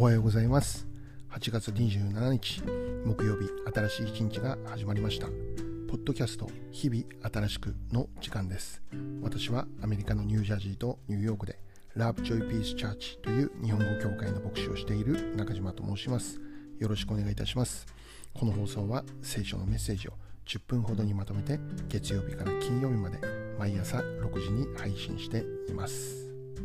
おはようございます。8月27日木曜日、新しい一日が始まりました。ポッドキャスト日々新しくの時間です。私はアメリカのニュージャージーとニューヨークで Love Joy Peace Church という日本語教会の牧師をしている中島と申します。よろしくお願いいたします。この放送は聖書のメッセージを10分ほどにまとめて月曜日から金曜日まで毎朝6時に配信しています。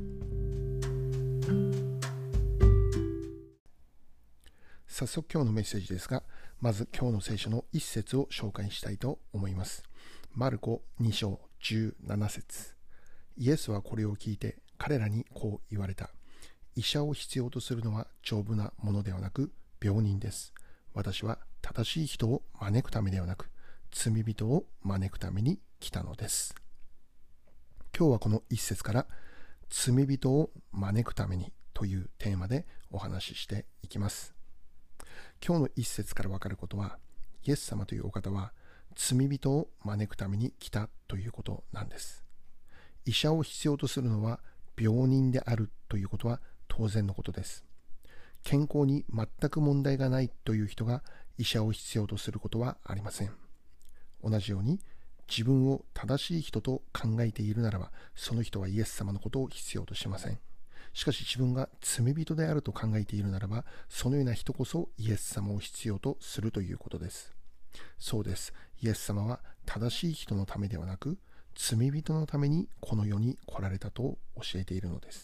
早速今日のメッセージですが、まず今日の聖書の一節を紹介したいと思います。マルコ2章17節。イエスはこれを聞いて彼らにこう言われた。医者を必要とするのは丈夫なものではなく病人です。私は正しい人を招くためではなく罪人を招くために来たのです。今日はこの一節から罪人を招くためにというテーマでお話ししていきます。今日の一節から分かることは、イエス様というお方は罪人を招くために来たということなんです。医者を必要とするのは病人であるということは当然のことです。健康に全く問題がないという人が医者を必要とすることはありません。同じように自分を正しい人と考えているならば、その人はイエス様のことを必要としません。しかし自分が罪人であると考えているならば、そのような人こそイエス様を必要とするということです。そうです。イエス様は正しい人のためではなく、罪人のためにこの世に来られたと教えているのです。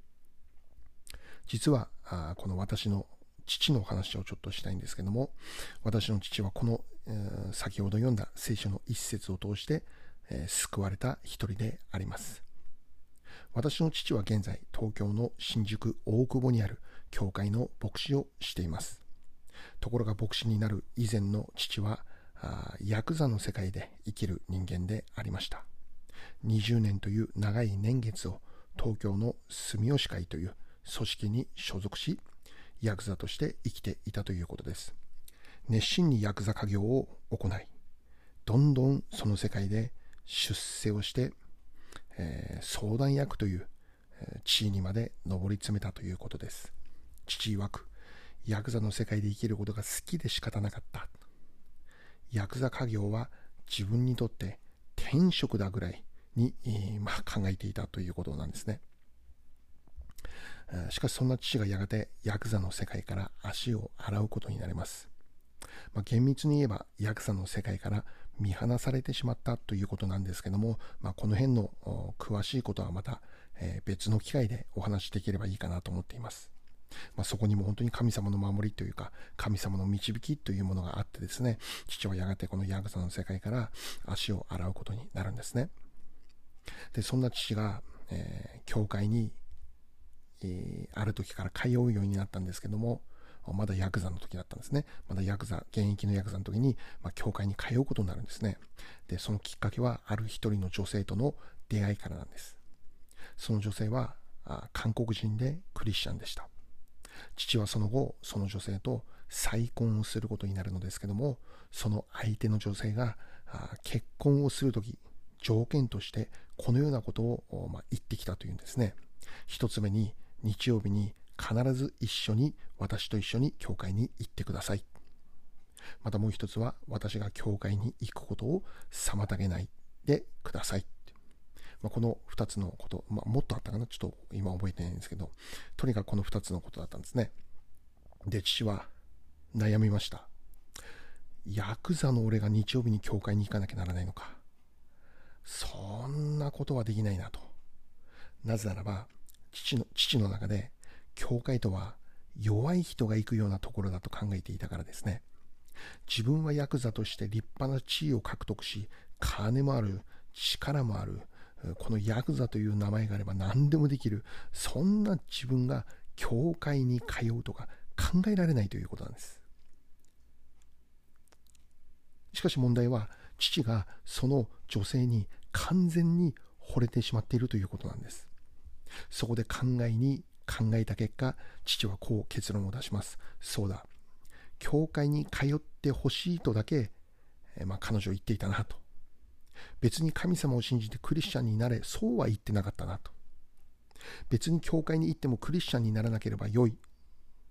実はこの私の父の話をちょっとしたいんですけども、私の父はこの、先ほど読んだ聖書の一節を通して、救われた一人であります。私の父は現在東京の新宿大久保にある教会の牧師をしています。ところが牧師になる以前の父はヤクザの世界で生きる人間でありました。20年という長い年月を東京の住吉会という組織に所属し、ヤクザとして生きていたということです。熱心にヤクザ家業を行い、どんどんその世界で出世をして相談役という地位にまで上り詰めたということです。父曰く、ヤクザの世界で生きることが好きで仕方なかった。ヤクザ家業は自分にとって天職だぐらいに、考えていたということなんですね。しかしそんな父がやがてヤクザの世界から足を洗うことになります。厳密に言えばヤクザの世界から見放されてしまったということなんですけども、この辺の詳しいことはまた別の機会でお話しできればいいかなと思っています。そこにも本当に神様の守りというか神様の導きというものがあってですね、父はやがてこのヤクザの世界から足を洗うことになるんですね。でそんな父が、教会に、ある時から通うようになったんですけども、まだヤクザの時だったんですね。まだ現役のヤクザの時に、教会に通うことになるんですね。で、そのきっかけはある一人の女性との出会いからなんです。その女性は韓国人でクリスチャンでした。父はその後、その女性と再婚をすることになるのですけども、その相手の女性が結婚をする時、条件としてこのようなことを言ってきたというんですね。一つ目に、日曜日に必ず私と一緒に教会に行ってください。またもう一つは、私が教会に行くことを妨げないでください。この2つのこと、もっとあったかな、ちょっと今覚えてないんですけど、とにかくこの2つのことだったんですね。で、父は悩みました。ヤクザの俺が日曜日に教会に行かなきゃならないのか。そんなことはできないなと。なぜならば、父の中で教会とは弱い人が行くようなところだと考えていたからですね。自分はヤクザとして立派な地位を獲得し、金もある、力もある、このヤクザという名前があれば何でもできる、そんな自分が教会に通うとか考えられないということなんです。しかし問題は、父がその女性に完全に惚れてしまっているということなんです。そこで考えた結果、父はこう結論を出します。そうだ、教会に通ってほしいとだけ、彼女は言っていたなと。別に神様を信じてクリスチャンになれ、そうは言ってなかったなと。別に教会に行ってもクリスチャンにならなければ良い。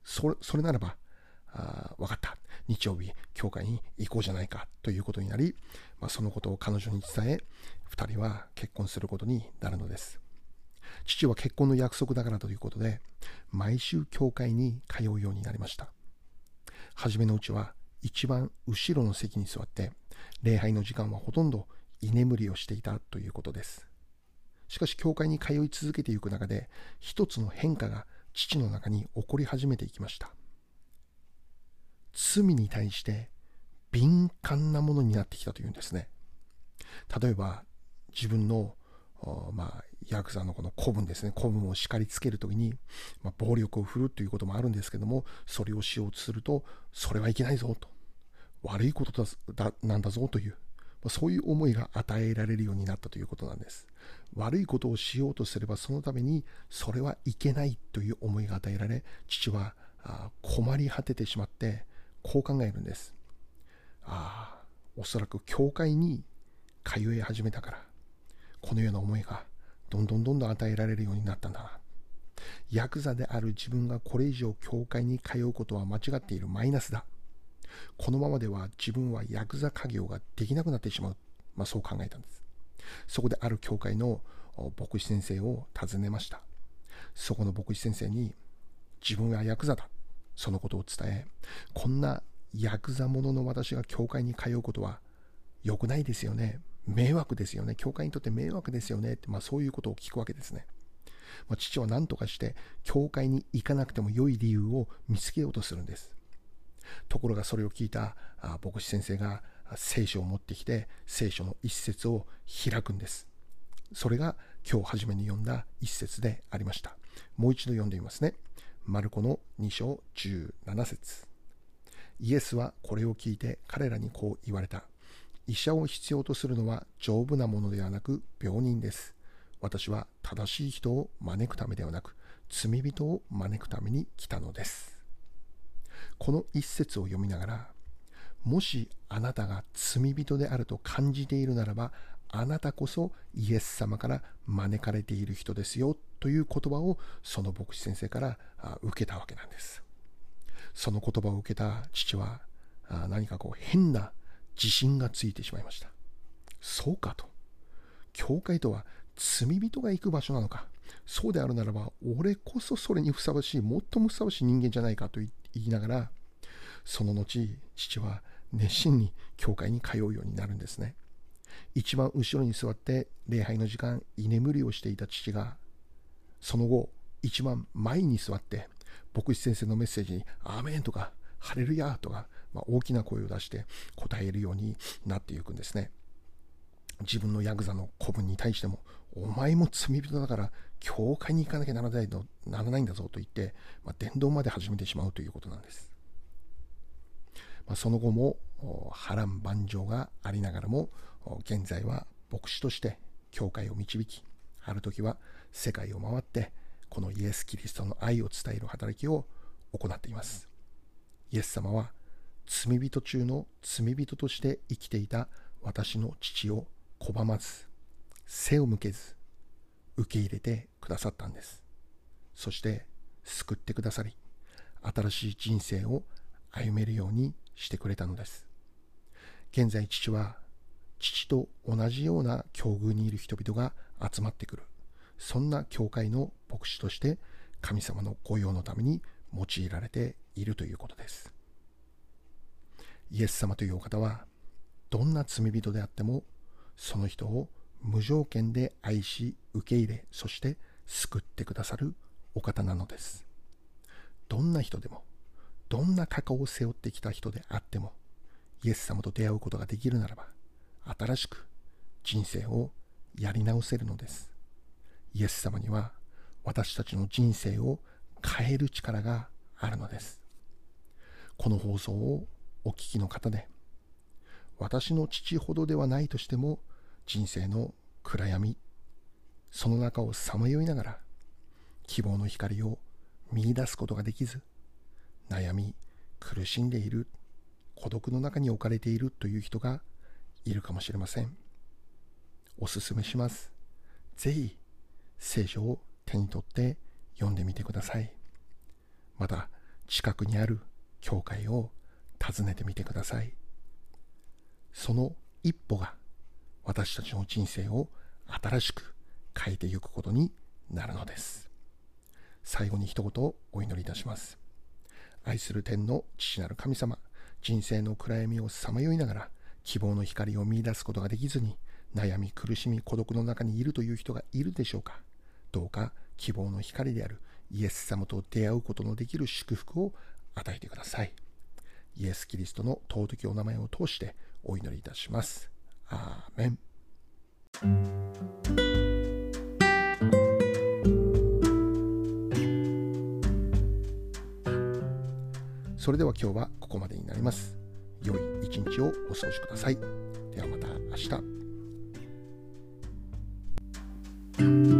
それならば、分かった。日曜日、教会に行こうじゃないかということになり、そのことを彼女に伝え、2人は結婚することになるのです。父は結婚の約束だからということで、毎週教会に通うようになりました。初めのうちは一番後ろの席に座って、礼拝の時間はほとんど居眠りをしていたということです。しかし教会に通い続けていく中で、一つの変化が父の中に起こり始めていきました。罪に対して敏感なものになってきたというんですね。例えば自分のヤクザのこの子分ですね、子分を叱りつけるときに、暴力を振るうということもあるんですけども、それをしようとすると、それはいけないぞと、悪いことなんだぞという、そういう思いが与えられるようになったということなんです。悪いことをしようとすれば、そのためにそれはいけないという思いが与えられ、父は困り果ててしまって、こう考えるんです。おそらく教会に通い始めたから、このような思いがどんどん与えられるようになったんだな。ヤクザである自分がこれ以上教会に通うことは間違っている、マイナスだ。このままでは自分はヤクザ家業ができなくなってしまう。そう考えたんです。そこである教会の牧師先生を訪ねました。そこの牧師先生に、自分はヤクザだ、そのことを伝え、こんなヤクザ者の私が教会に通うことは良くないですよね。迷惑ですよね。教会にとって迷惑ですよねって、そういうことを聞くわけですね。父は何とかして教会に行かなくても良い理由を見つけようとするんです。ところがそれを聞いた牧師先生が聖書を持ってきて、聖書の一節を開くんです。それが今日初めに読んだ一節でありました。もう一度読んでみますね。マルコの2章17節。イエスはこれを聞いて彼らにこう言われた。医者を必要とするのは丈夫なものではなく病人です。私は正しい人を招くためではなく罪人を招くために来たのです。この一節を読みながら、もしあなたが罪人であると感じているならば、あなたこそイエス様から招かれている人ですよという言葉をその牧師先生から受けたわけなんです。その言葉を受けた父は何か変な自信がついてしまいました。そうかと。教会とは罪人が行く場所なのか。そうであるならば、俺こそそれにふさわしい、最もふさわしい人間じゃないかと言いながら、その後、父は熱心に教会に通うようになるんですね。一番後ろに座って礼拝の時間、居眠りをしていた父が、その後、一番前に座って、牧師先生のメッセージに、アーメンとか、ハレルヤとか、大きな声を出して答えるようになっていくんですね。自分のヤクザの子分に対しても、お前も罪人だから教会に行かなきゃならないんだぞと言って、伝道まで始めてしまうということなんです。その後も波乱万丈がありながらも、現在は牧師として教会を導き、ある時は世界を回ってこのイエス・キリストの愛を伝える働きを行っています。イエス様は罪人中の罪人として生きていた私の父を拒まず、背を向けず、受け入れてくださったんです。そして救ってくださり、新しい人生を歩めるようにしてくれたのです。現在父は父と同じような境遇にいる人々が集まってくる、そんな教会の牧師として神様の御用のために用いられているということです。イエス様というお方は、どんな罪人であってもその人を無条件で愛し受け入れ、そして救ってくださるお方なのです。どんな人でも、どんな過去を背負ってきた人であっても、イエス様と出会うことができるならば、新しく人生をやり直せるのです。イエス様には私たちの人生を変える力があるのです。この放送をお聞きの方で、私の父ほどではないとしても、人生の暗闇、その中をさまよいながら希望の光を見出すことができず、悩み苦しんでいる、孤独の中に置かれているという人がいるかもしれません。おすすめします。ぜひ聖書を手に取って読んでみてください。また近くにある教会を訪ねてみてください。その一歩が私たちの人生を新しく変えていくことになるのです。最後に一言お祈りいたします。愛する天の父なる神様、人生の暗闇をさまよいながら希望の光を見出すことができずに悩み苦しみ孤独の中にいるという人がいるでしょうか。どうか希望の光であるイエス様と出会うことのできる祝福を与えてください。イエス・キリストの尊きお名前を通してお祈りいたします。アーメン。それでは今日はここまでになります。良い一日をお過ごしください。ではまた明日。